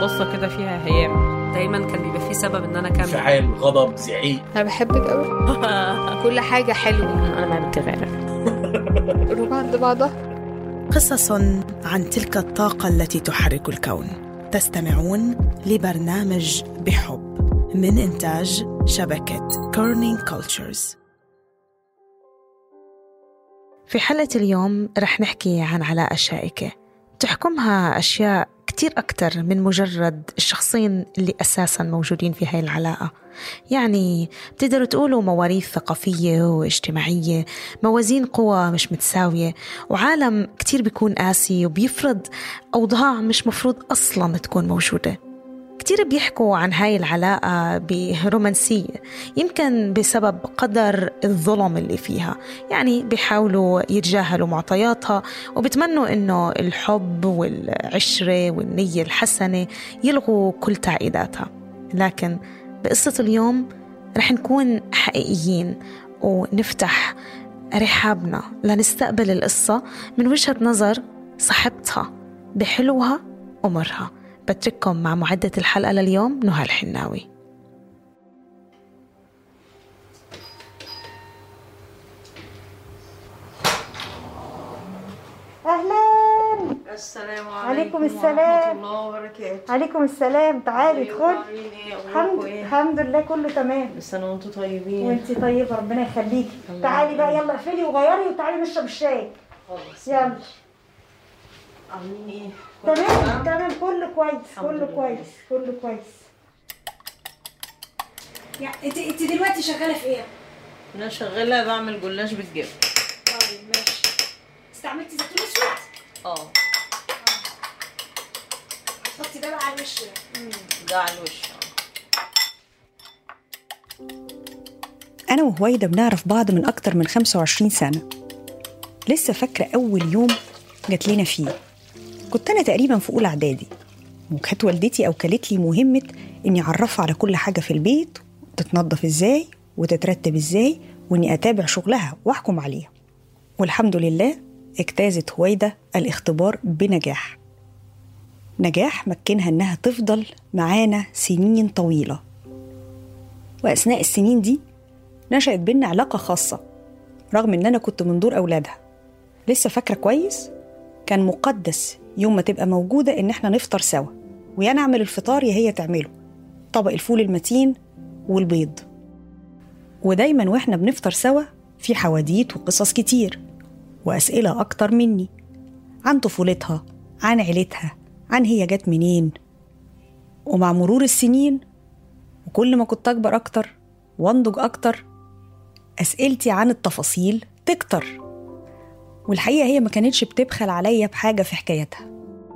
بصة كده فيها هيام. دايما كان بيبقى فيه سبب ان انا اكمل. انفعال، غضب، زعيق. انا بحبك قوي. كل حاجه حلوه. انا ما بنت غيرك. روح عند بعضها. قصص عن تلك الطاقة التي تحرك الكون. تستمعون لبرنامج بحب من إنتاج شبكة كورنينج كولتشرز. في حلقة اليوم رح نحكي عن علاقة شائكة تحكمها أشياء كتير أكتر من مجرد الشخصين اللي أساساً موجودين في هاي العلاقة. يعني بتقدروا تقولوا مواريث ثقافية واجتماعية، موازين قوى مش متساوية، وعالم كتير بيكون قاسي وبيفرض أوضاع مش مفروض أصلاً تكون موجودة. كتير بيحكوا عن هاي العلاقة برومانسية، يمكن بسبب قدر الظلم اللي فيها، يعني بيحاولوا يتجاهلوا معطياتها وبتمنوا إنه الحب والعشرة والنية الحسنة يلغوا كل تعقيداتها. لكن بقصة اليوم رح نكون حقيقيين ونفتح رحابنا لنستقبل القصة من وجهة نظر صاحبتها بحلوها ومرها. بترككم مع معدة الحلقة لليوم نهى الحناوي. أهلاً. السلام عليكم السلام ورحمة الله وبركاته. عليكم السلام. تعالي ادخل. الحمد لله كله تمام. السنة وانتم طيبين. وانتي طيبة ربنا يخليكي. تعالي بقى يلا اقفلي وغيري وتعالي نشرب الشاي. خلاص يلا. عاملين ايه؟ تمام كله كويس كله كويس كله كويس. يعني انت دلوقتي شغالة في ايه؟ انا شغالة بعمل جلاش بالجبن. طيب ماشي. استعملتي زيتون اسود؟ حطي ده بقى على الوش. ده على الوش. أنا وهويدا بنعرف بعض من أكتر من 25 سنة. لسه فاكرة أول يوم جات لنا فيه. كنت أنا تقريباً في أولى إعدادي، وكانت والدتي أوكلت لي مهمة إني أعرفها على كل حاجة في البيت، تتنظف إزاي وتترتب إزاي، وإني أتابع شغلها وأحكم عليها. والحمد لله اجتازت هويدا الاختبار بنجاح. نجاح مكنها إنها تفضل معانا سنين طويلة. وأثناء السنين دي نشأت بينا علاقة خاصة، رغم إن أنا كنت من دور أولادها. لسه فاكرة كويس، كان مقدس يوم ما تبقى موجودة إن إحنا نفطر سوا، ويا نعمل الفطار يا هي تعمله، طبق الفول المتين والبيض. ودايما وإحنا بنفطر سوا في حواديت وقصص كتير وأسئلة أكتر مني عن طفولتها، عن عيلتها، عن هي جت منين. ومع مرور السنين وكل ما كنت أكبر أكتر وانضج أكتر، أسئلتي عن التفاصيل تكتر. والحقيقة هي ما كانتش بتبخل عليا بحاجة في حكايتها.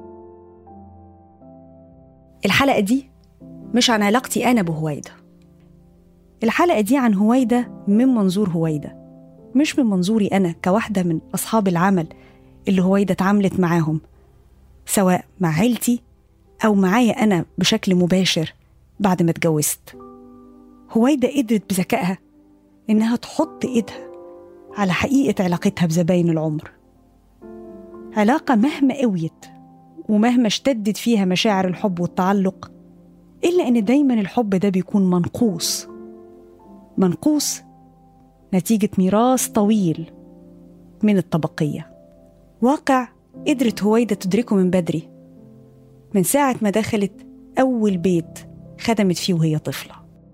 الحلقة دي مش عن علاقتي أنا بهويدا، الحلقة دي عن هويدا من منظور هويدا، مش من منظوري أنا كواحدة من أصحاب العمل اللي هويدا اتعاملت معاهم، سواء مع عيلتي أو معايا أنا بشكل مباشر بعد ما اتجوزت. هويدا قدرت بذكائها إنها تحط إيدها على حقيقة علاقتها بزباين العمر. علاقة مهما قويت ومهما اشتدت فيها مشاعر الحب والتعلق، إلا إن دايما الحب ده بيكون منقوص نتيجة ميراث طويل من الطبقية. واقع قدرت هويدا تدركه من بدري، من ساعة ما دخلت أول بيت خدمت فيه وهي طفلة.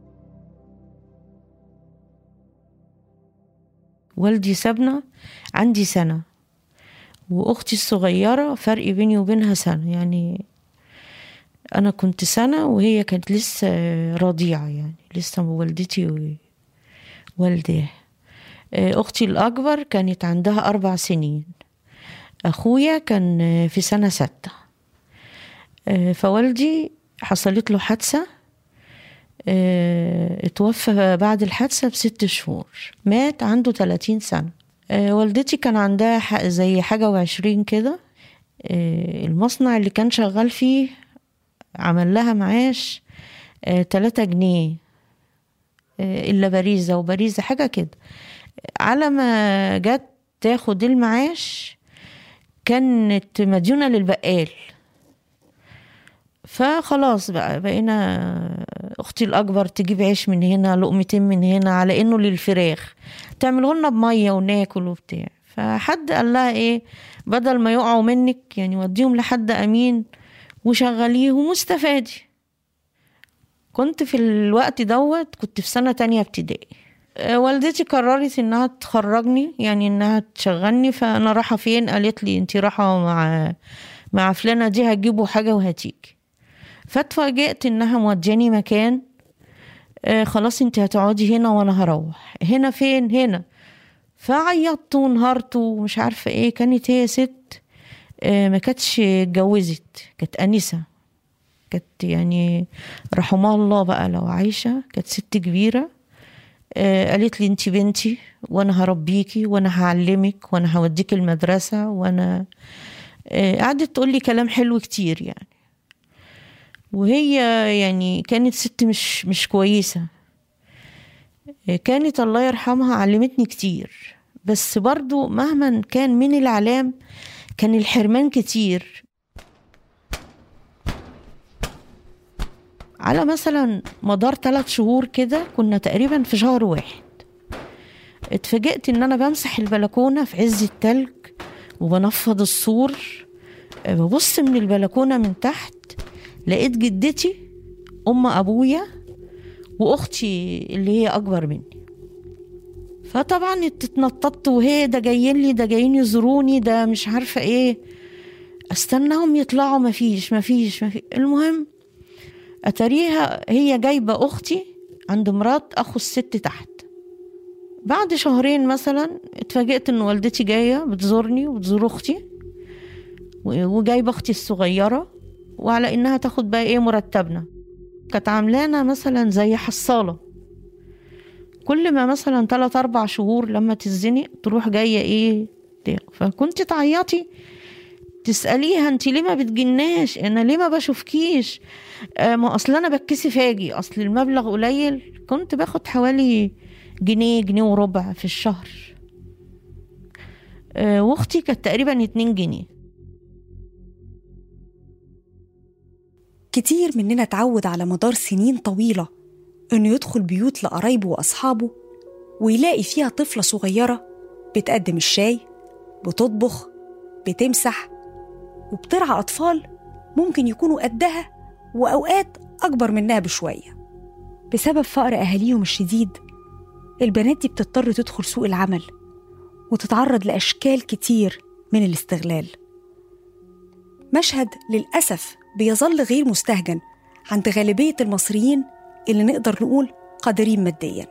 والدي سابنا عندي سنة، وأختي الصغيرة فرق بيني وبينها سنة، يعني أنا كنت سنة وهي كانت لسه رضيعة، يعني لسه والدتي ووالدها. أختي الأكبر كانت عندها 4 سنين، أخويا كان في سنة 6. فوالدي حصلت له حادثة، اتوفى بعد الحادثة ب6 شهور، مات عنده 30 سنة. والدتي كان عندها زي حاجة 20 كده. المصنع اللي كان شغال فيه عمل لها معاش 3 جنيه إلا باريزة وباريزة حاجة كده. على ما جت تاخد المعاش كانت مديونة للبقال، فخلاص بقينا اختي الاكبر تجيب عيش من هنا، لقمتين من هنا، على انه للفراخ، تعمله لنا بميه وناكل وبتاع. فحد قال لها ايه، بدل ما يقعوا منك يعني وديهم لحد امين وشغليهم واستفادي. كنت في الوقت دوت كنت في سنة تانية ابتدائي. والدتي قررت انها تخرجني، يعني انها تشغلني. فانا رايحة فين؟ قالت لي انتي رايحة مع فلانة دي، هتجيبوا حاجة وهتيجي. فاتفاجئت انها مودياني مكان، خلاص انتي هتقعدي هنا وانا هروح. هنا فين؟ هنا. فعيطت ونهارت ومش عارفة ايه. كانت هي ست ما كانتش اتجوزت، كانت أنسة، كانت يعني رحمها الله بقى لو عايشة، كانت ست كبيرة. قالت لي انتي بنتي وانا هربيكي وانا هعلمك وانا هوديك المدرسة، وانا قعدت تقول لي كلام حلو كتير يعني. وهي يعني كانت ست مش كويسة. كانت الله يرحمها علمتني كتير، بس برضو مهما كان من العلام كان الحرمان كتير. على مثلا مدار 3 شهور كده، كنا تقريبا في شهر 1 اتفاجئت ان انا بمسح البلكونة في عز التلج وبنفض السور. ببص من البلكونة من تحت، لقيت جدتي ام ابويا واختي اللي هي اكبر مني. فطبعا اتنططت، وهي ده جايين لي، ده جايين يزوروني، ده مش عارفة ايه. استناهم يطلعوا، مفيش. المهم اتاريها هي جايبة اختي عند مرات اخو الست تحت. بعد 2 شهر مثلا اتفاجئت ان والدتي جاية بتزورني وبتزور اختي، وجايبة اختي الصغيرة، وعلى انها تاخد بقى ايه مرتبنا. كانت عاملانا مثلا زي حصالة، كل ما مثلا 3-4 شهور لما تزنق تروح جاية ايه ده. فكنت تعيطي تسأليها انتي ليه ما بتجناش، انا ليه ما بشوفكيش؟ ما اصل انا بتكسف اجي، اصل المبلغ قليل. كنت باخد حوالي جنيه وربع في الشهر. واختي كانت تقريبا 2 جنيه. كتير مننا اتعود على مدار سنين طويلة إنه يدخل بيوت لقرايبه وأصحابه ويلاقي فيها طفلة صغيرة بتقدم الشاي، بتطبخ، بتمسح، وبترعى أطفال ممكن يكونوا قدها وأوقات أكبر منها بشوية. بسبب فقر أهاليهم الشديد، البنات دي بتضطر تدخل سوق العمل وتتعرض لأشكال كتير من الاستغلال. مشهد للأسف بيظل غير مستهجن عند غالبية المصريين اللي نقدر نقول قادرين مادياً.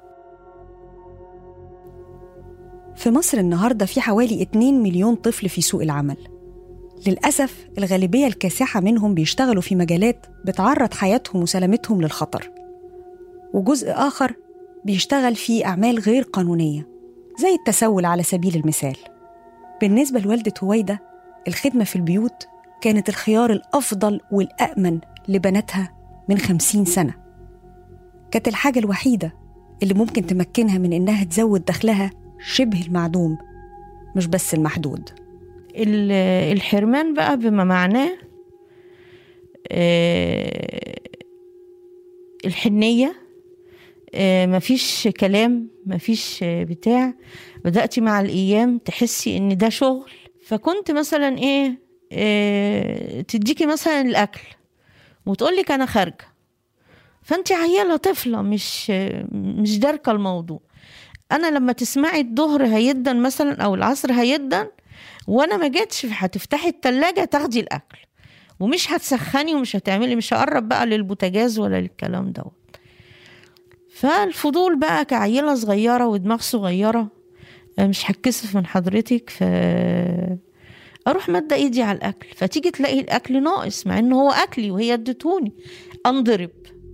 في مصر النهاردة في حوالي 2 مليون طفل في سوق العمل. للأسف الغالبية الكاسحة منهم بيشتغلوا في مجالات بتعرض حياتهم وسلامتهم للخطر، وجزء آخر بيشتغل في أعمال غير قانونية زي التسول على سبيل المثال. بالنسبة لوالدة هويدة، الخدمة في البيوت كانت الخيار الأفضل والأأمن لبناتها من 50 سنة. كانت الحاجة الوحيدة اللي ممكن تمكنها من إنها تزود دخلها شبه المعدوم مش بس المحدود. الحرمان بقى بما معناه الحنية، مفيش كلام، مفيش بتاع. بدأتي مع الأيام تحسي إن ده شغل. فكنت مثلا تديكي مثلا الأكل وتقولك أنا خارجة، فأنت عيالة طفلة مش داركة الموضوع. أنا لما تسمعي الظهر هيدن مثلا أو العصر هيدن وأنا ما جاتش، هتفتحي التلاجة تاخدي الأكل، ومش هتسخني ومش هتعملي، مش هقرب بقى للبوتاجاز ولا للكلام دوت. فالفضول بقى كعيلة صغيرة ودماغ صغيرة، مش هتكسف من حضرتك، أروح مادة إيدي على الأكل، فتيجي تلاقي الأكل ناقص مع إنه هو أكلي وهي ادتوني، أنضرب.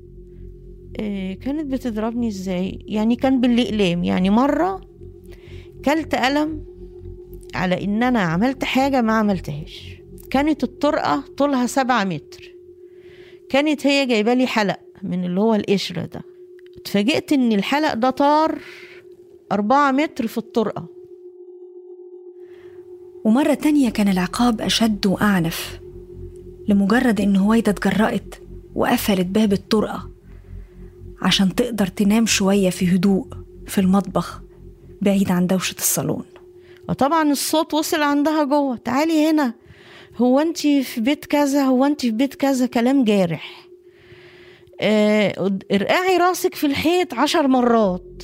كانت بتضربني إزاي؟ يعني كان بالإقلام. يعني مرة كلت ألم على إن أنا عملت حاجة ما عملتهاش. كانت الطرقة طولها 7 متر، كانت هي جايبة لي حلق من اللي هو القشرة ده. اتفاجئت إن الحلق ده طار 4 متر في الطرقة. ومرة تانية كان العقاب أشد وأعنف. لمجرد إن هويدا اتجرأت وقفلت باب الطرقة عشان تقدر تنام شوية في هدوء في المطبخ بعيد عن دوشة الصالون. وطبعا الصوت وصل عندها جوه، تعالي هنا، هو انتي في بيت كذا، هو انتي في بيت كذا، كلام جارح. ارقعي راسك في الحيط 10 مرات.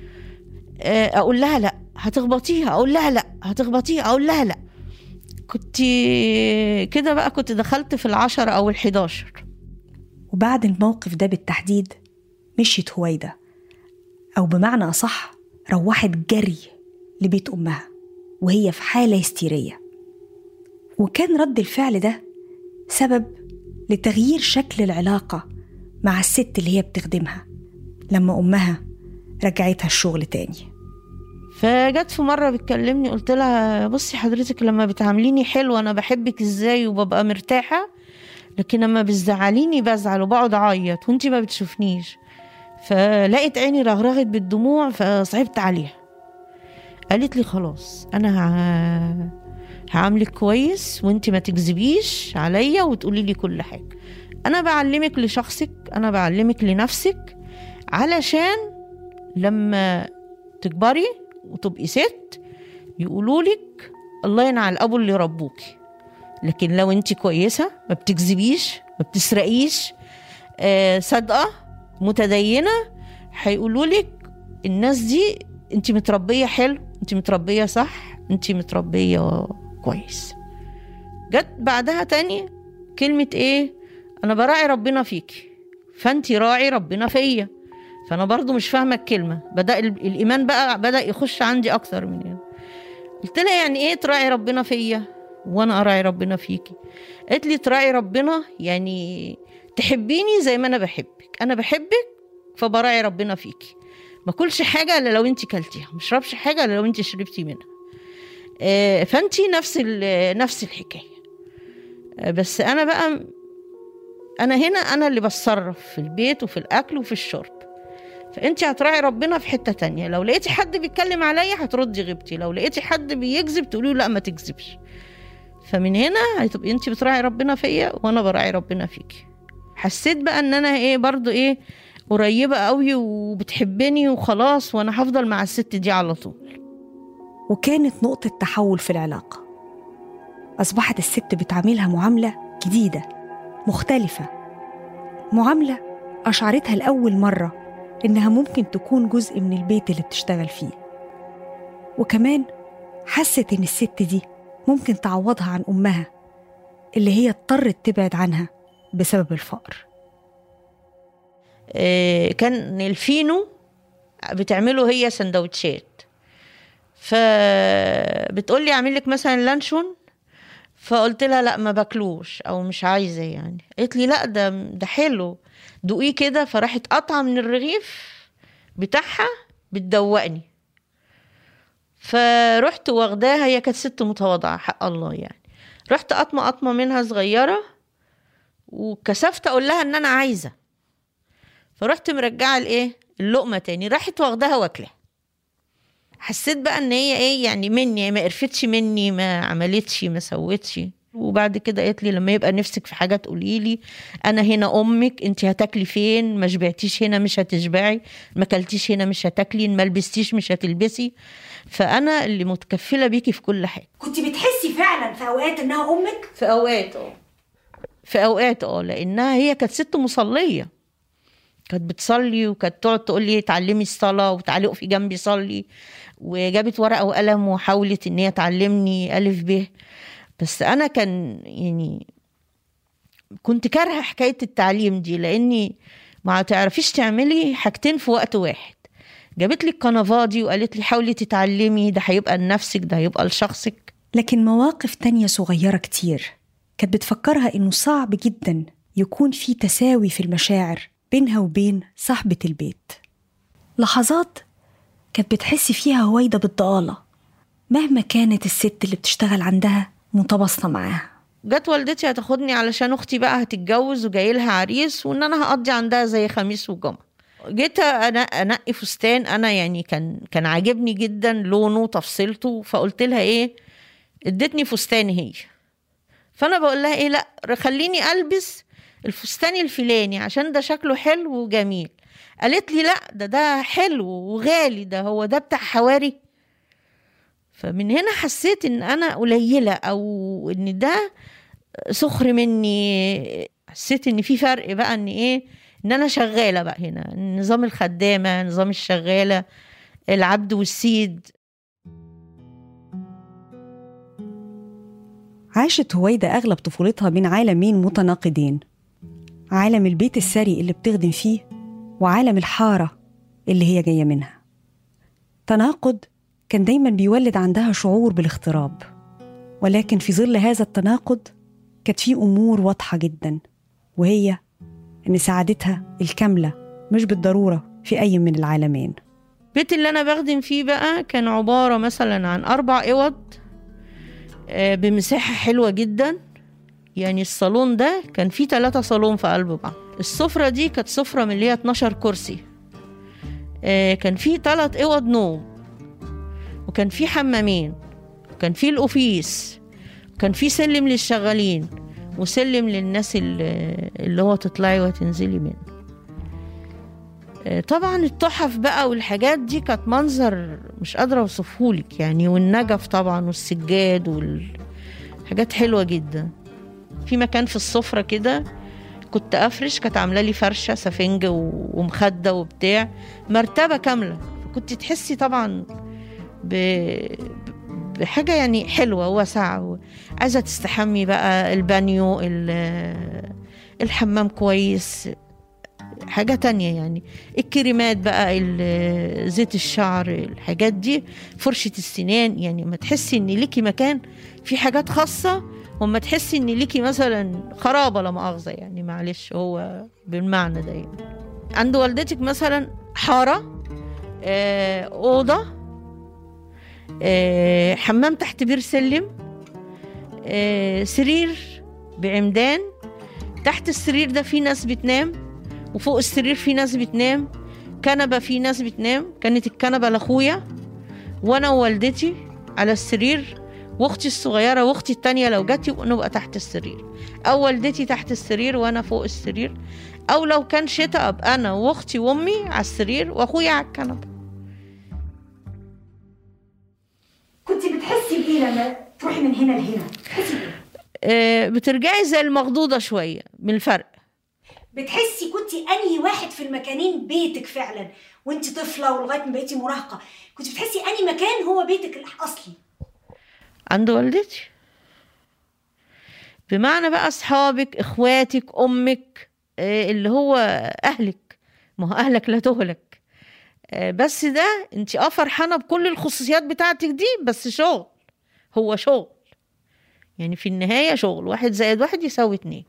اقول لها لا هتخبطيها، اقول لها لا هتخبطيها، اقول لها لا. كنت كده بقى، كنت دخلت في 10 أو 11. وبعد الموقف ده بالتحديد مشيت هويدا، أو بمعنى أصح روحت جري لبيت أمها وهي في حالة هستيرية. وكان رد الفعل ده سبب لتغيير شكل العلاقة مع الست اللي هي بتخدمها لما أمها رجعتها الشغل تاني. فجت في مرة بتكلمني، قلت لها بصي حضرتك لما بتعامليني حلو أنا بحبك إزاي وببقى مرتاحة، لكن لما بتزعليني بزعل وبقعد أعيط وانتي ما بتشوفنيش. فلقيت عيني رغرغت بالدموع فصعبت عليها. قالت لي خلاص أنا هعاملك كويس وانتي ما تكذبيش عليا وتقولي لي كل حاجة. أنا بعلمك لشخصك، أنا بعلمك لنفسك، علشان لما تكبري وتبقي ست يقولولك الله ينعل الأبو اللي ربوكي. لكن لو انت كويسة ما بتكذبيش ما بتسرقيش، صادقة متدينة، هيقولولك الناس دي انت متربية حلو، انت متربية صح، انت متربية كويس. جت بعدها تاني كلمة ايه؟ انا براعي ربنا فيكي فانت راعي ربنا فيا. فانا برضو مش فاهمة الكلمة. بدأ الإيمان بقى بدأ يخش عندي أكتر من يعني. قلت لها يعني ايه تراعي ربنا فيا وانا اراعي ربنا فيكي؟ قالت لي تراعي ربنا يعني تحبيني زي ما انا بحبك، انا بحبك فبراعي ربنا فيكي. ما كلش حاجه الا لو انت كلتيها، ما اشربش حاجه الا لو انت شربتي منها. فانتي نفس الحكايه. بس انا بقى انا هنا انا اللي بتصرف في البيت وفي الاكل وفي الشرب. فانت هتراعي ربنا في حته تانية. لو لقيتي حد بيتكلم عليا هتردي غيبتي، لو لقيتي حد بيكذب تقولي لا ما تكذبش. فمن هنا هتبقي انت بتراعي ربنا فيا وانا براعي ربنا فيكي. حسيت بقى ان انا ايه برضو ايه قريبه قوي وبتحبني وخلاص، وانا هفضل مع الست دي على طول. وكانت نقطة تحول في العلاقة. أصبحت الست بتعاملها معاملة جديدة مختلفة، معاملة أشعرتها لأول مرة إنها ممكن تكون جزء من البيت اللي بتشتغل فيه. وكمان حست إن الست دي ممكن تعوضها عن أمها اللي هي اضطرت تبعد عنها بسبب الفقر. كان الفينو بتعمله هي سندوتشات، فبتقولي أعمل لك مثلا لانشون، فقلت لها لا ما باكلوش أو مش عايزة يعني. قلت لي لا ده حلو دوقيه كده. فراحت قطعة من الرغيف بتاعها بتدوقني، فرحت واخداها. هي كانت ست متواضعة حق الله يعني. رحت قطمة منها صغيرة وكسفت اقول لها ان انا عايزة، فرحت مرجعة اللقمة تاني، راحت واخداها واكلها. حسيت بقى ان هي ايه يعني مني، ما قرفتش مني، ما عملتش ما سوتش. وبعد كده قالت لي لما يبقى نفسك في حاجة تقوليلي، انا هنا امك، انت هتاكلي فين؟ ما شبعتيش هنا مش هتشبعي، ما كلتيش هنا مش هتاكلي، ما لبستيش مش هتلبسي، فانا اللي متكفلة بيكي في كل حاجة. كنت بتحسي فعلا في اوقات انها امك؟ في اوقات لانها هي كانت ست مصلية، كانت بتصلي وكانت تقعد تقول لي تعلمي الصلاة وتعالي اقفي جنبي صلي، وجابت ورقة وقلم وحاولت ان هي تعلمني ألف ب. بس انا كان يعني كنت كارهة حكاية التعليم دي، لاني ما تعرفيش تعملي حاجتين في وقت واحد. جابت لي القنفة دي وقالت لي حاولي تتعلمي، ده هيبقى لنفسك، ده هيبقى لشخصك. لكن مواقف تانية صغيرة كتير كانت بتفكرها إنه صعب جدا يكون في تساوي في المشاعر بينها وبين صاحبة البيت. لحظات كانت بتحس فيها هويدا بالضآلة مهما كانت الست اللي بتشتغل عندها متواصلة معاها. جت والدتي هتاخدني علشان أختي بقى هتتجوز وجاي لها عريس، وإن أنا هقضي عندها زي خميس وجمعة. جيت أنا أنقي فستان، أنا يعني كان عاجبني جدا لونه وتفصيلته، فقلت لها ادتني فستان هي، فانا بقول لها ايه، لا خليني البس الفستان الفلاني عشان ده شكله حلو وجميل. قالت لي لا ده حلو وغالي، ده هو ده بتاع حواري. فمن هنا حسيت ان انا قليلة او ان ده سخر مني. حسيت ان في فرق بقى، ان ايه، ان انا شغالة بقى هنا، نظام الخدامة، نظام الشغالة، العبد والسيد. عاشت هويدا أغلب طفولتها بين عالمين متناقضين، عالم البيت الثري اللي بتخدم فيه وعالم الحارة اللي هي جاية منها. تناقض كان دايما بيولد عندها شعور بالاغتراب، ولكن في ظل هذا التناقض كانت فيه أمور واضحة جدا، وهي إن سعادتها الكاملة مش بالضرورة في أي من العالمين. البيت اللي أنا بخدم فيه بقى كان عبارة مثلا عن 4 أوض بمساحة حلوة جدا. يعني الصالون ده كان فيه 3 صالون في قلب بعض. السفرة دي كانت سفرة من اللي هي 12 كرسي. كان فيه 3 أوض نوم، وكان فيه حمامين، وكان فيه الأوفيس، وكان فيه سلم للشغالين وسلم للناس اللي هو تطلعي وتنزلي منه. طبعا التحف بقى والحاجات دي كانت منظر مش قادرة اوصفهولك يعني، والنجف طبعا والسجاد والحاجات حلوة جدا. في مكان في السفرة كده كنت أفرش، كانت عاملة لي فرشة سفنج ومخدة وبتاع، مرتبة كاملة. كنت تحسي طبعا بحاجة يعني حلوة واسعة، عايزة تستحمي بقى، البانيو، الحمام كويس، حاجة تانية يعني، الكريمات بقى، زيت الشعر، الحاجات دي، فرشة السنان. يعني ما تحسي ان ليكي مكان في حاجات خاصة، وما تحسي ان ليكي مثلا خرابة لا مؤاخذة يعني، معلش هو بالمعنى ده يعني. عند والدتك مثلا حارة، أوضة، حمام تحت بير سلم، سرير بعمدان، تحت السرير ده في ناس بتنام، وفوق السرير في ناس بتنام، كنبة في ناس بتنام. كانت الكنبة لأخويا وأنا ووالدتي على السرير، واختي الصغيرة واختي التانية لو جت يبقى نبقى تحت السرير، أو والدتي تحت السرير وأنا فوق السرير، أو لو كان شتاء أبقى أنا واختي وأمي على السرير وأخويا على الكنبة. كنت بتحسي بإيه لما تروحي من هنا لهنا؟ بتحسي بإيه؟ بترجعي زي المخضوضة شوية من الفرق. بتحسي كنتي أنهي واحد في المكانين بيتك فعلا وانت طفلة ولغاية ما بقيتي مراهقة؟ كنت بتحسي أنهي مكان هو بيتك الأصلي؟ عند والدتي، بمعنى بقى أصحابك، إخواتك، أمك، اللي هو أهلك. ما هو أهلك لا تهلك. بس ده انت فرحانة بكل الخصوصيات بتاعتك دي، بس شغل، هو شغل يعني، في النهاية شغل، 1 زائد 1 يساوي 2.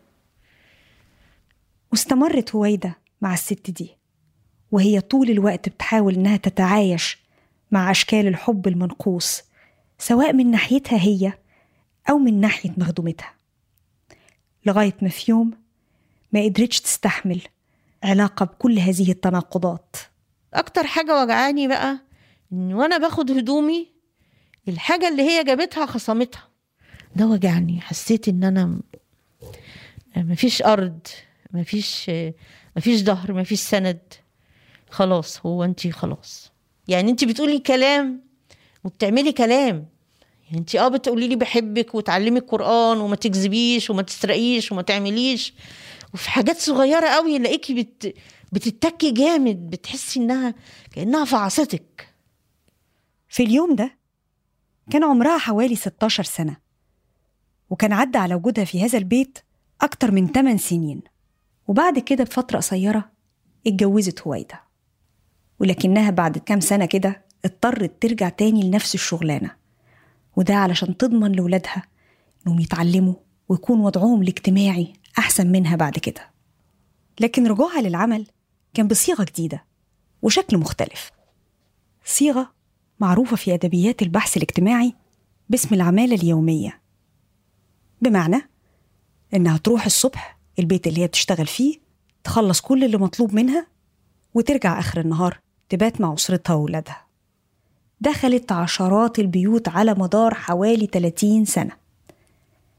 واستمرت هويدا مع الست دي، وهي طول الوقت بتحاول إنها تتعايش مع أشكال الحب المنقوص، سواء من ناحيتها هي أو من ناحية مخدومتها، لغاية ما في يوم ما قدرتش تستحمل علاقة بكل هذه التناقضات. أكتر حاجة وجعاني بقى إن وأنا باخد هدومي الحاجة اللي هي جابتها خصمتها، ده وجعني. حسيت إن أنا مفيش أرض، مفيش ظهر، مفيش سند. خلاص، هو أنتي خلاص يعني، أنتي بتقولي كلام وبتعملي كلام يعني. أنتي بتقولي لي بحبك وتعلمي القرآن وما تكذبيش وما تسرقيش وما تعمليش، وفي حاجات صغيرة قوي نلاقيكي بتتكي جامد، بتحسي كأنها فعصتك. في اليوم ده كان عمرها حوالي 16 سنة، وكان عدى على وجودها في هذا البيت أكتر من 8 سنين. وبعد كده بفترة قصيرة اتجوزت هويدا، ولكنها بعد كام سنة كده اضطرت ترجع تاني لنفس الشغلانة، وده علشان تضمن لولادها إنهم يتعلموا ويكون وضعهم الاجتماعي أحسن منها بعد كده. لكن رجوعها للعمل كان بصيغة جديدة وشكل مختلف، صيغة معروفة في أدبيات البحث الاجتماعي باسم العمالة اليومية، بمعنى إنها تروح الصبح البيت اللي هي بتشتغل فيه، تخلص كل اللي مطلوب منها، وترجع آخر النهار تبات مع أسرتها وولادها. دخلت عشرات البيوت على مدار حوالي 30 سنة،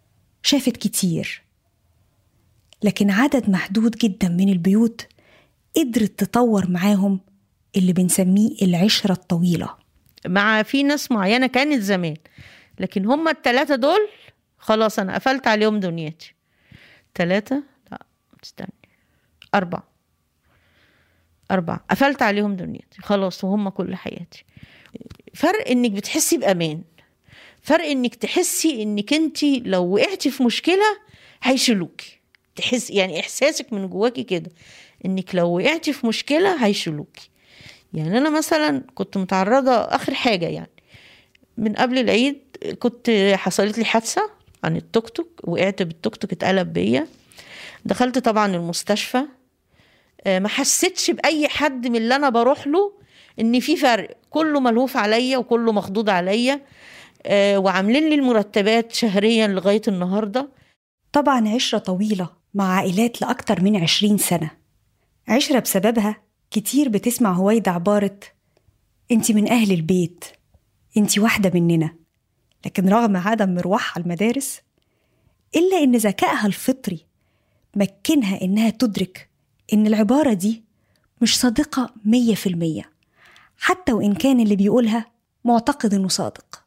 شافت كتير، لكن عدد محدود جدا من البيوت قدرت تطور معاهم اللي بنسميه العشرة الطويلة. مع في ناس معينة كانت زمان، لكن هم الثلاثة دول خلاص أنا قفلت عليهم دنيتي. 3 لا استني 4 قفلت عليهم دنيتي خلاص، وهم كل حياتي. فرق إنك بتحسي بأمان، فرق إنك تحسي إنك أنتي لو وقعتي في مشكلة هيشيلوكي، تحس يعني إحساسك من جواكي كده إنك لو وقعتي في مشكلة هيشيلوكي. يعني أنا مثلا كنت متعرضة آخر حاجة يعني من قبل العيد، كنت حصلت لي حادثة عن التوك توك، وقعت بالتوك توك اتقلب بيا، دخلت طبعا المستشفى. ما حسيتش بأي حد من اللي أنا بروح له إن في فرق، كله ملهوف عليا وكله مخضوض عليا، وعاملين لي المرتبات شهريا لغاية النهاردة. طبعا عشرة طويلة مع عائلات لأكتر من 20 سنة، عشرة بسببها كتير بتسمع هويدا عبارة انتي من أهل البيت، انتي واحدة مننا. لكن رغم عدم مروحها المدارس، إلا إن ذكائها الفطري مكنها إنها تدرك إن العبارة دي مش صادقة 100%، حتى وإن كان اللي بيقولها معتقد إنه صادق.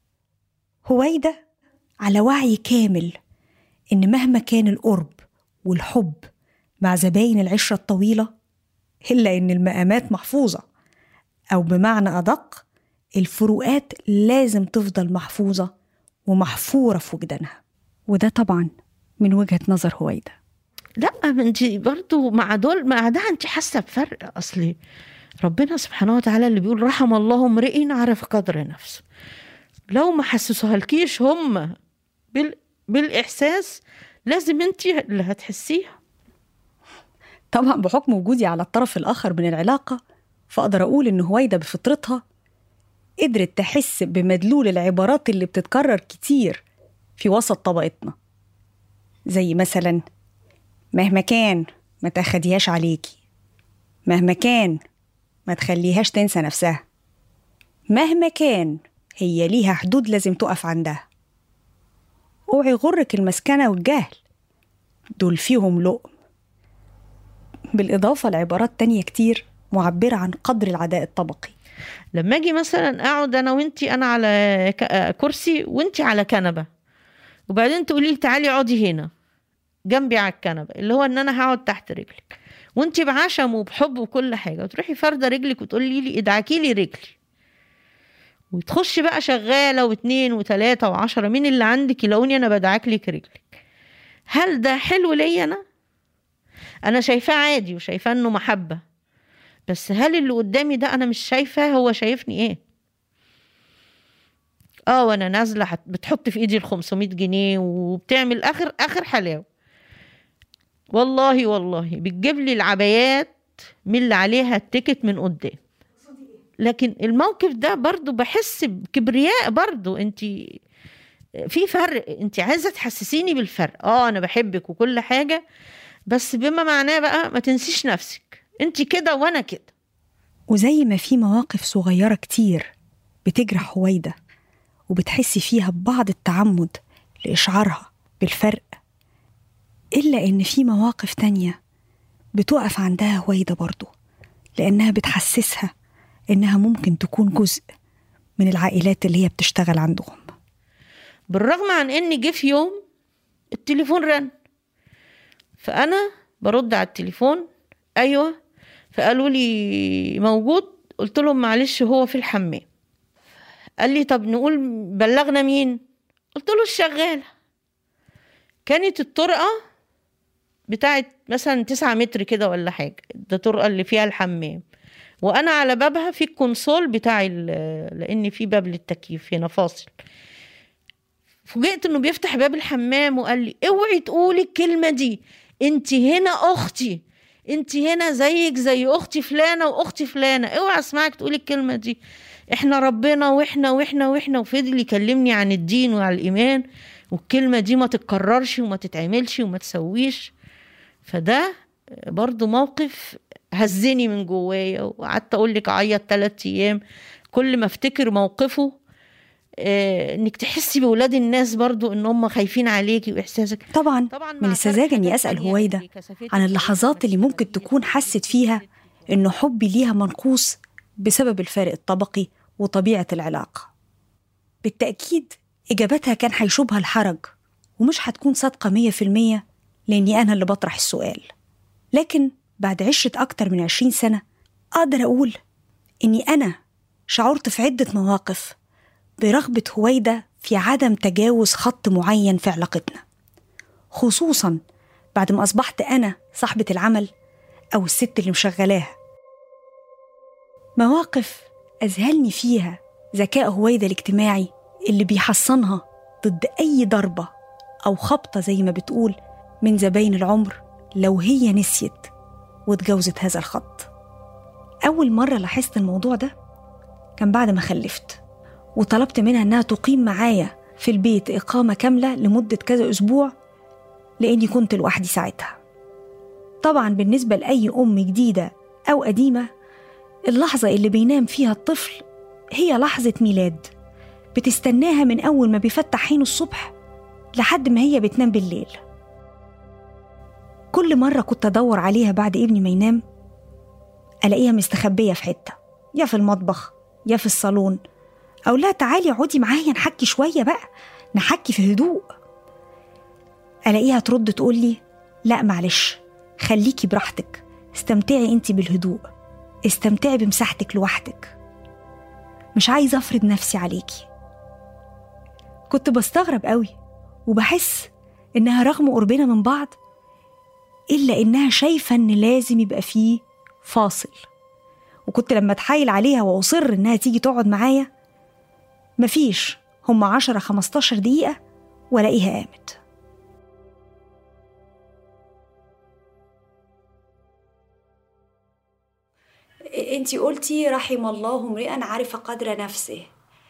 هويدا على وعي كامل إن مهما كان القرب والحب مع زباين العشرة الطويلة، إلا إن المقامات محفوظة، أو بمعنى أدق الفروقات لازم تفضل محفوظة ومحفورة في وجدانها. وده طبعا من وجهة نظر هويدا. لا انت برضو مع دول مع ده انت حاسه بفرق. اصلي ربنا سبحانه وتعالى اللي بيقول رحم الله امرئ عرف قدر نفسه، لو ما حسسوهالكيش هم بالاحساس لازم انت اللي هتحسيها. طبعا بحكم وجودي على الطرف الآخر من العلاقة، فأقدر أقول إن هويدا بفطرتها قدرت تحس بمدلول العبارات اللي بتتكرر كتير في وسط طبقتنا، زي مثلا مهما كان ما تاخديهاش عليكي، مهما كان ما تخليهاش تنسى نفسها، مهما كان هي ليها حدود لازم تقف عندها، اوعي غرك المسكنة والجهل دول فيهم لقم. بالإضافة لعبارات تانية كتير معبرة عن قدر العداء الطبقي. لما اجي مثلا اقعد انا وانتي، انا على كرسي وانتي على كنبة، وبعدين تقولي لي تعالي اقعدي هنا جنبي على الكنبة، اللي هو ان انا هقعد تحت رجلك وانتي بعشم وبحب وكل حاجة، وتروحي فردة رجلك وتقولي لي ادعكي لي رجلي، وتخشي بقى شغالة واثنين وثلاثة وعشرة مين اللي عندك يلاقوني انا بدعك لك رجلك. هل ده حلو لي؟ انا شايفاه عادي وشايفاه انه محبة، بس هل اللي قدامي ده انا مش شايفاه هو شايفني ايه؟ وانا نازلة بتحط في ايدي 500 جنيه وبتعمل اخر حلاوة، والله بتجيب لي العبايات من اللي عليها التيكت من قدام. لكن الموقف ده برضو بحس بكبرياء، برضو انت في فرق، انت عايزة تحسسيني بالفرق. انا بحبك وكل حاجة، بس بما معناه بقى ما تنسيش نفسك، انت كده وانا كده. وزي ما في مواقف صغيرة كتير بتجرح هويدا وبتحسي فيها ببعض التعمد لإشعارها بالفرق، إلا إن في مواقف تانية بتقف عندها هويدا برضو، لأنها بتحسسها إنها ممكن تكون جزء من العائلات اللي هي بتشتغل عندهم. بالرغم عن إني جه في يوم التليفون رن، فأنا برد على التليفون، أيوة، فقالوا لي موجود، قلت لهم معلش هو في الحمام. قال لي طب نقول بلغنا مين؟ قلت له الشغالة. كانت الطرقة بتاعت مثلا 9 متر كده ولا حاجة، ده طرقة اللي فيها الحمام، وأنا على بابها في الكونسول بتاعي، لأن في باب للتكييف هنا فاصل. فوجئت إنه بيفتح باب الحمام وقال لي اوعي تقولي الكلمة دي، انت هنا أختي، انت هنا زيك زي أختي فلانة وأختي فلانة، اوعي اسمعك تقولي الكلمة دي، احنا ربنا واحنا واحنا واحنا. وفضل يكلمني عن الدين وعن الإيمان، والكلمة دي ما تتكررش وما تتعملش وما تسويش. فده برضو موقف هزني من جوايا، وقعدت اقول لك اعيط 3 ايام كل ما افتكر موقفه. انك تحسي بولاد الناس برضو ان هم خايفين عليكي واحساسك. طبعا من السذاجة اني اسأل هويدا عن اللحظات اللي ممكن تكون حست فيها انه حبي ليها منقوص بسبب الفارق الطبقي وطبيعة العلاقة. بالتأكيد إجابتها كان هيشوبها الحرج ومش هتكون صادقة 100%، لأني أنا اللي بطرح السؤال. لكن بعد عشرة أكتر من 20 سنة أقدر أقول إني أنا شعرت في عدة مواقف برغبة هويدا في عدم تجاوز خط معين في علاقتنا، خصوصاً بعد ما أصبحت أنا صاحبة العمل أو الست اللي مشغلاها. مواقف أذهلني فيها ذكاء هويدا الاجتماعي اللي بيحصنها ضد أي ضربة أو خبطة زي ما بتقول من زباين العمر لو هي نسيت واتجاوزت هذا الخط. أول مرة لاحظت الموضوع ده كان بعد ما خلفت، وطلبت منها أنها تقيم معايا في البيت إقامة كاملة لمدة كذا أسبوع لأني كنت لوحدي ساعتها. طبعا بالنسبة لأي أم جديدة أو قديمة، اللحظة اللي بينام فيها الطفل هي لحظة ميلاد، بتستناها من أول ما بيفتح عينه الصبح لحد ما هي بتنام بالليل. كل مرة كنت أدور عليها بعد ابني ما ينام ألاقيها مستخبية في حتة، يا في المطبخ يا في الصالون، أو لا تعالي اقعدي معايا نحكي شوية بقى، نحكي في هدوء. ألاقيها ترد تقولي لا معلش، خليكي براحتك، استمتعي انتي بالهدوء، استمتعي بمساحتك لوحدك، مش عايزة أفرض نفسي عليكي. كنت بستغرب قوي وبحس إنها رغم قربنا من بعض إلا إنها شايفة إن لازم يبقى فيه فاصل. وكنت لما أتحايل عليها وأصر إنها تيجي تقعد معايا مفيش، هم 10-15 دقيقة ولاقيها قامت. انتي قلتي رحم الله امرئا عرف قدر نفسه.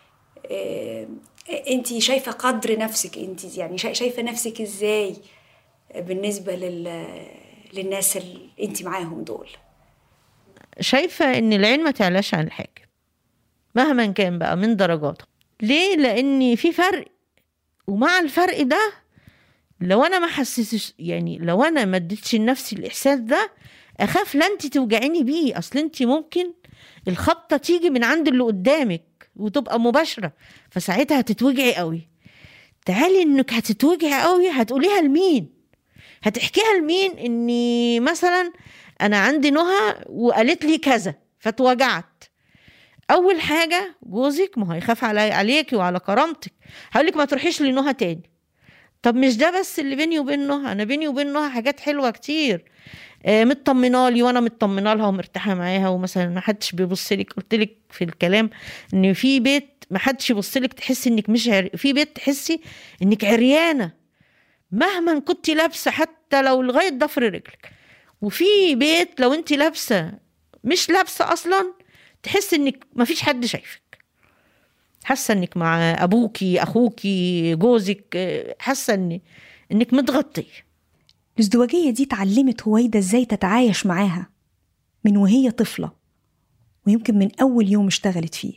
انتي شايفة قدر نفسك، انتي يعني شايفة نفسك ازاي بالنسبة للناس اللي انتي معاهم دول؟ شايفة ان العين ما تعلاش عن الحاجب مهما كان بقى من درجاته. ليه؟ لان في فرق، ومع الفرق ده لو انا ما حسيتش، يعني لو انا ما اديتش لنفسي الاحساس ده اخاف لا انت توجعيني بيه. اصل انت ممكن الخبطه تيجي من عند اللي قدامك وتبقى مباشره، فساعتها هتتوجعي قوي. تعالي انك هتتوجعي قوي هتقوليها لمين؟ هتحكيها لمين؟ اني مثلا انا عندي نهى وقالت لي كذا فتوجعت. اول حاجه جوزك ما هيخاف عليكي وعلى كرامتك، هقولك ما تروحيش لنهى تاني. طب مش ده بس اللي بيني وبين نهى، انا بيني وبين نهى حاجات حلوه كتير، مطمنه لي وانا مطمنه لها ومرتاحه معاها، ومثلا ما حدش بيبص لك. قلت لك في الكلام ان في بيت ما حدش يبص لك تحسي انك مش في بيت تحسي انك عريانه مهما كنت لابسه حتى لو لغايه ضفر رجلك، وفي بيت لو انت لابسه مش لابسه اصلا تحس انك ما فيش حد شايفك، حاسه انك مع ابوكي اخوكي جوزك، حاسه انك متغطيه. الازدواجية دي اتعلمت هويدا ازاي تتعايش معاها من وهي طفلة، ويمكن من أول يوم اشتغلت فيه.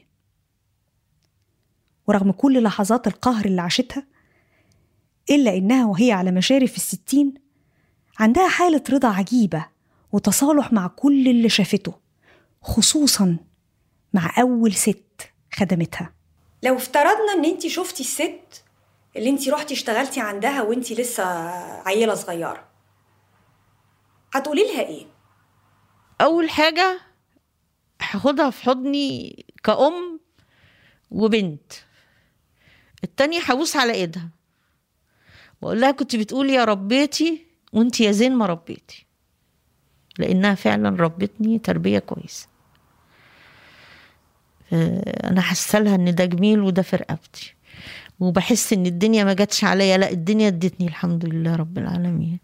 ورغم كل لحظات القهر اللي عاشتها، إلا إنها وهي على مشارف 60 عندها حالة رضا عجيبة وتصالح مع كل اللي شافته، خصوصا مع أول ست خدمتها. لو افترضنا ان انتي شفتي الست اللي انتي روحتي اشتغلتي عندها وانتي لسه عيلة صغيرة، هتقولي لها ايه؟ اول حاجة هاخدها في حضني كأم وبنت، التانية هبوس على ايدها واقول لها كنت بتقولي يا ربيتي وانتي يا زين ما ربيتي، لانها فعلا ربتني تربية كويسة. انا حاسه لها ان ده جميل وده في رقبتي، وبحس ان الدنيا ما جاتش عليا، لا الدنيا ادتني الحمد لله رب العالمين.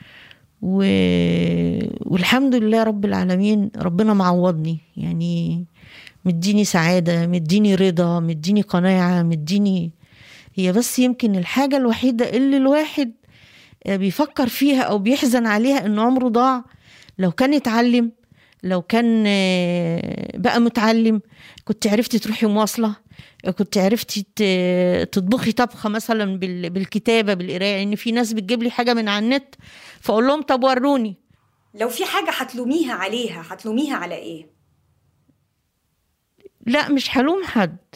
والحمد لله رب العالمين ربنا معوضني، يعني مديني سعادة، مديني رضا، مديني قناعة، مديني. هي بس يمكن الحاجة الوحيدة اللي الواحد بيفكر فيها أو بيحزن عليها إنه عمره ضاع. لو كان يتعلم، لو كان بقى متعلم كنت عرفتي تروحي مواصلة، كنت عرفتي تطبخي طبخة مثلا بالكتابة بالقراية، ان في ناس بتجيب لي حاجة من على النت فاقول لهم طب وروني. لو في حاجة هتلوميها عليها هتلوميها على ايه؟ لا مش هلوم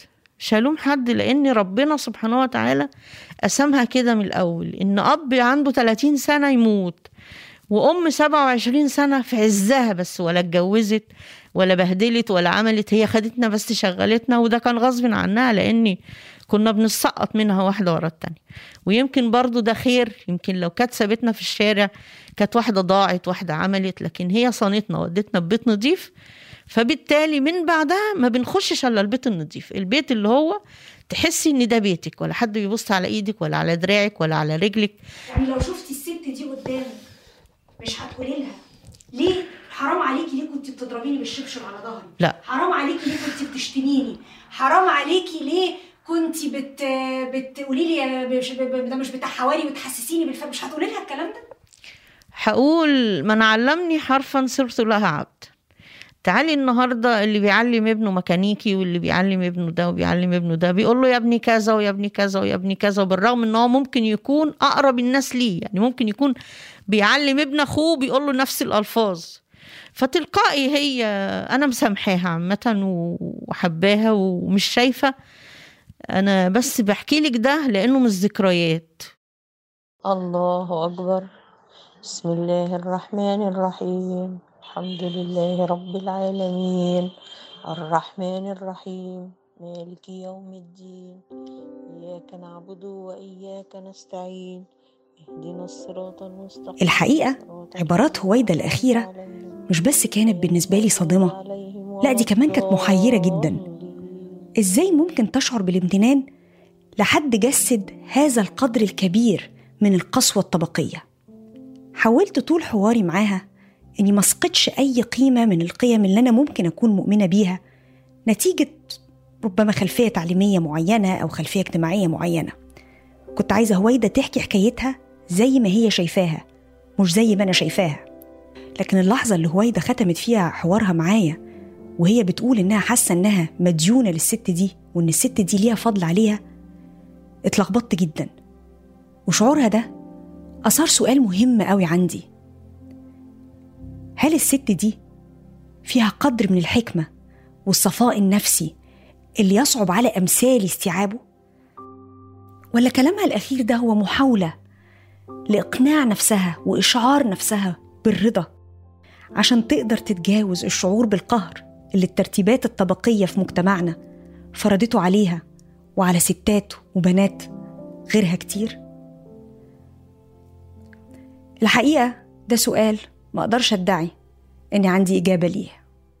حد، لان ربنا سبحانه وتعالى قسمها كده من الاول، ان اب عنده 30 سنة يموت، وام 27 سنة في عزها بس، ولا اتجوزت ولا بهدلت ولا عملت، هي خدتنا بس شغلتنا، وده كان غصب عنها لاني كنا بنسقط منها واحدة ورا التانية. ويمكن برضو ده خير، يمكن لو كانت سابتنا في الشارع كانت واحدة ضاعت واحدة عملت، لكن هي صانتنا ودتنا ببيت نظيف، فبالتالي من بعدها ما بنخشش الا البيت النظيف، البيت اللي هو تحسي ان ده بيتك، ولا حد بيبص على ايدك ولا على دراعك ولا على رجلك. يعني لو شفتي الست دي قدامك مش هتقولي لها ليه حرام عليكي، ليه كنت بتضربيني بالشبشب على ظهري؟ لا. حرام عليكي ليه كنت بتشتميني؟ حرام عليكي ليه كنت بتقولي لي ده مش بتاع حواري وتحسسيني مش هتقولي لها الكلام ده؟ هقول من علمني حرفا صرت لها عبد. تعالي النهاردة اللي بيعلم ابنه ميكانيكي واللي بيعلم ابنه ده وبيعلم ابنه ده بيقول له يا ابني كذا ويا ابني كذا ويا ابني كذا، وبالرغم ان هو ممكن يكون اقرب الناس ليه، يعني ممكن يكون بيعلم ابن اخوه بيقول له نفس الالفاظ، فتلقائي هي انا مسامحاها عامة وحباها ومش شايفة، انا بس بحكي لك ده لانه من الذكريات. الله أكبر. بسم الله الرحمن الرحيم. الحمد لله رب العالمين الرحمن الرحيم مالك يوم الدين إياك نعبد وإياك نستعين اهدنا الصراط المستقيم. الحقيقة عبارات هويدا الأخيرة مش بس كانت بالنسبة لي صادمة، لا دي كمان كانت محيرة جدا. إزاي ممكن تشعر بالامتنان لحد جسد هذا القدر الكبير من القسوة الطبقية؟ حاولت طول حواري معاها إني ما اسقطش أي قيمة من القيم اللي أنا ممكن أكون مؤمنة بيها نتيجة ربما خلفية تعليمية معينة أو خلفية اجتماعية معينة. كنت عايزة هويدا تحكي حكايتها زي ما هي شايفاها مش زي ما أنا شايفاها. لكن اللحظة اللي هويدا ختمت فيها حوارها معايا وهي بتقول إنها حاسة إنها مديونة للست دي وإن الست دي ليها فضل عليها، اتلخبطت جدا. وشعورها ده أثار سؤال مهم قوي عندي: هل الست دي فيها قدر من الحكمة والصفاء النفسي اللي يصعب على أمثالي استيعابه؟ ولا كلامها الأخير ده هو محاولة لإقناع نفسها وإشعار نفسها بالرضا عشان تقدر تتجاوز الشعور بالقهر اللي الترتيبات الطبقية في مجتمعنا فرضته عليها وعلى ستات وبنات غيرها كتير؟ الحقيقة ده سؤال ما أقدرش أدعي إني عندي إجابة ليه.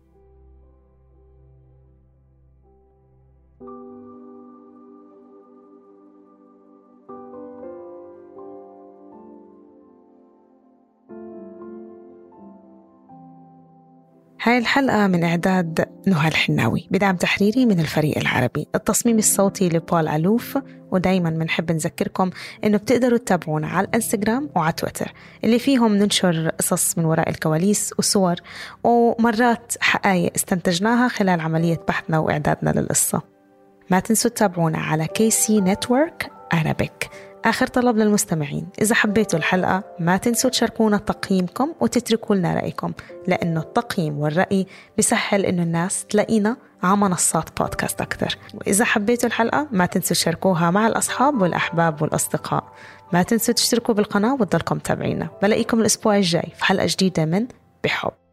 هاي الحلقة من إعداد نهى الحناوي بدعم تحريري من الفريق العربي، التصميم الصوتي لبول علوف. ودايما بنحب نذكركم إنه بتقدروا تتابعونا على الإنستغرام وعلى تويتر اللي فيهم ننشر قصص من وراء الكواليس وصور ومرات حقائق استنتجناها خلال عملية بحثنا وإعدادنا للقصة. ما تنسوا تتابعونا على KC Network Arabic. آخر طلب للمستمعين: إذا حبيتوا الحلقة ما تنسوا تشاركونا تقييمكم وتتركوا لنا رأيكم، لأنه التقييم والرأي بيسهل إنه الناس تلاقينا على منصات بودكاست أكثر. وإذا حبيتوا الحلقة ما تنسوا تشاركوها مع الأصحاب والأحباب والأصدقاء. ما تنسوا تشتركوا بالقناة وتضلكم تابعينا. بلاقيكم الأسبوع الجاي في حلقة جديدة من بحب.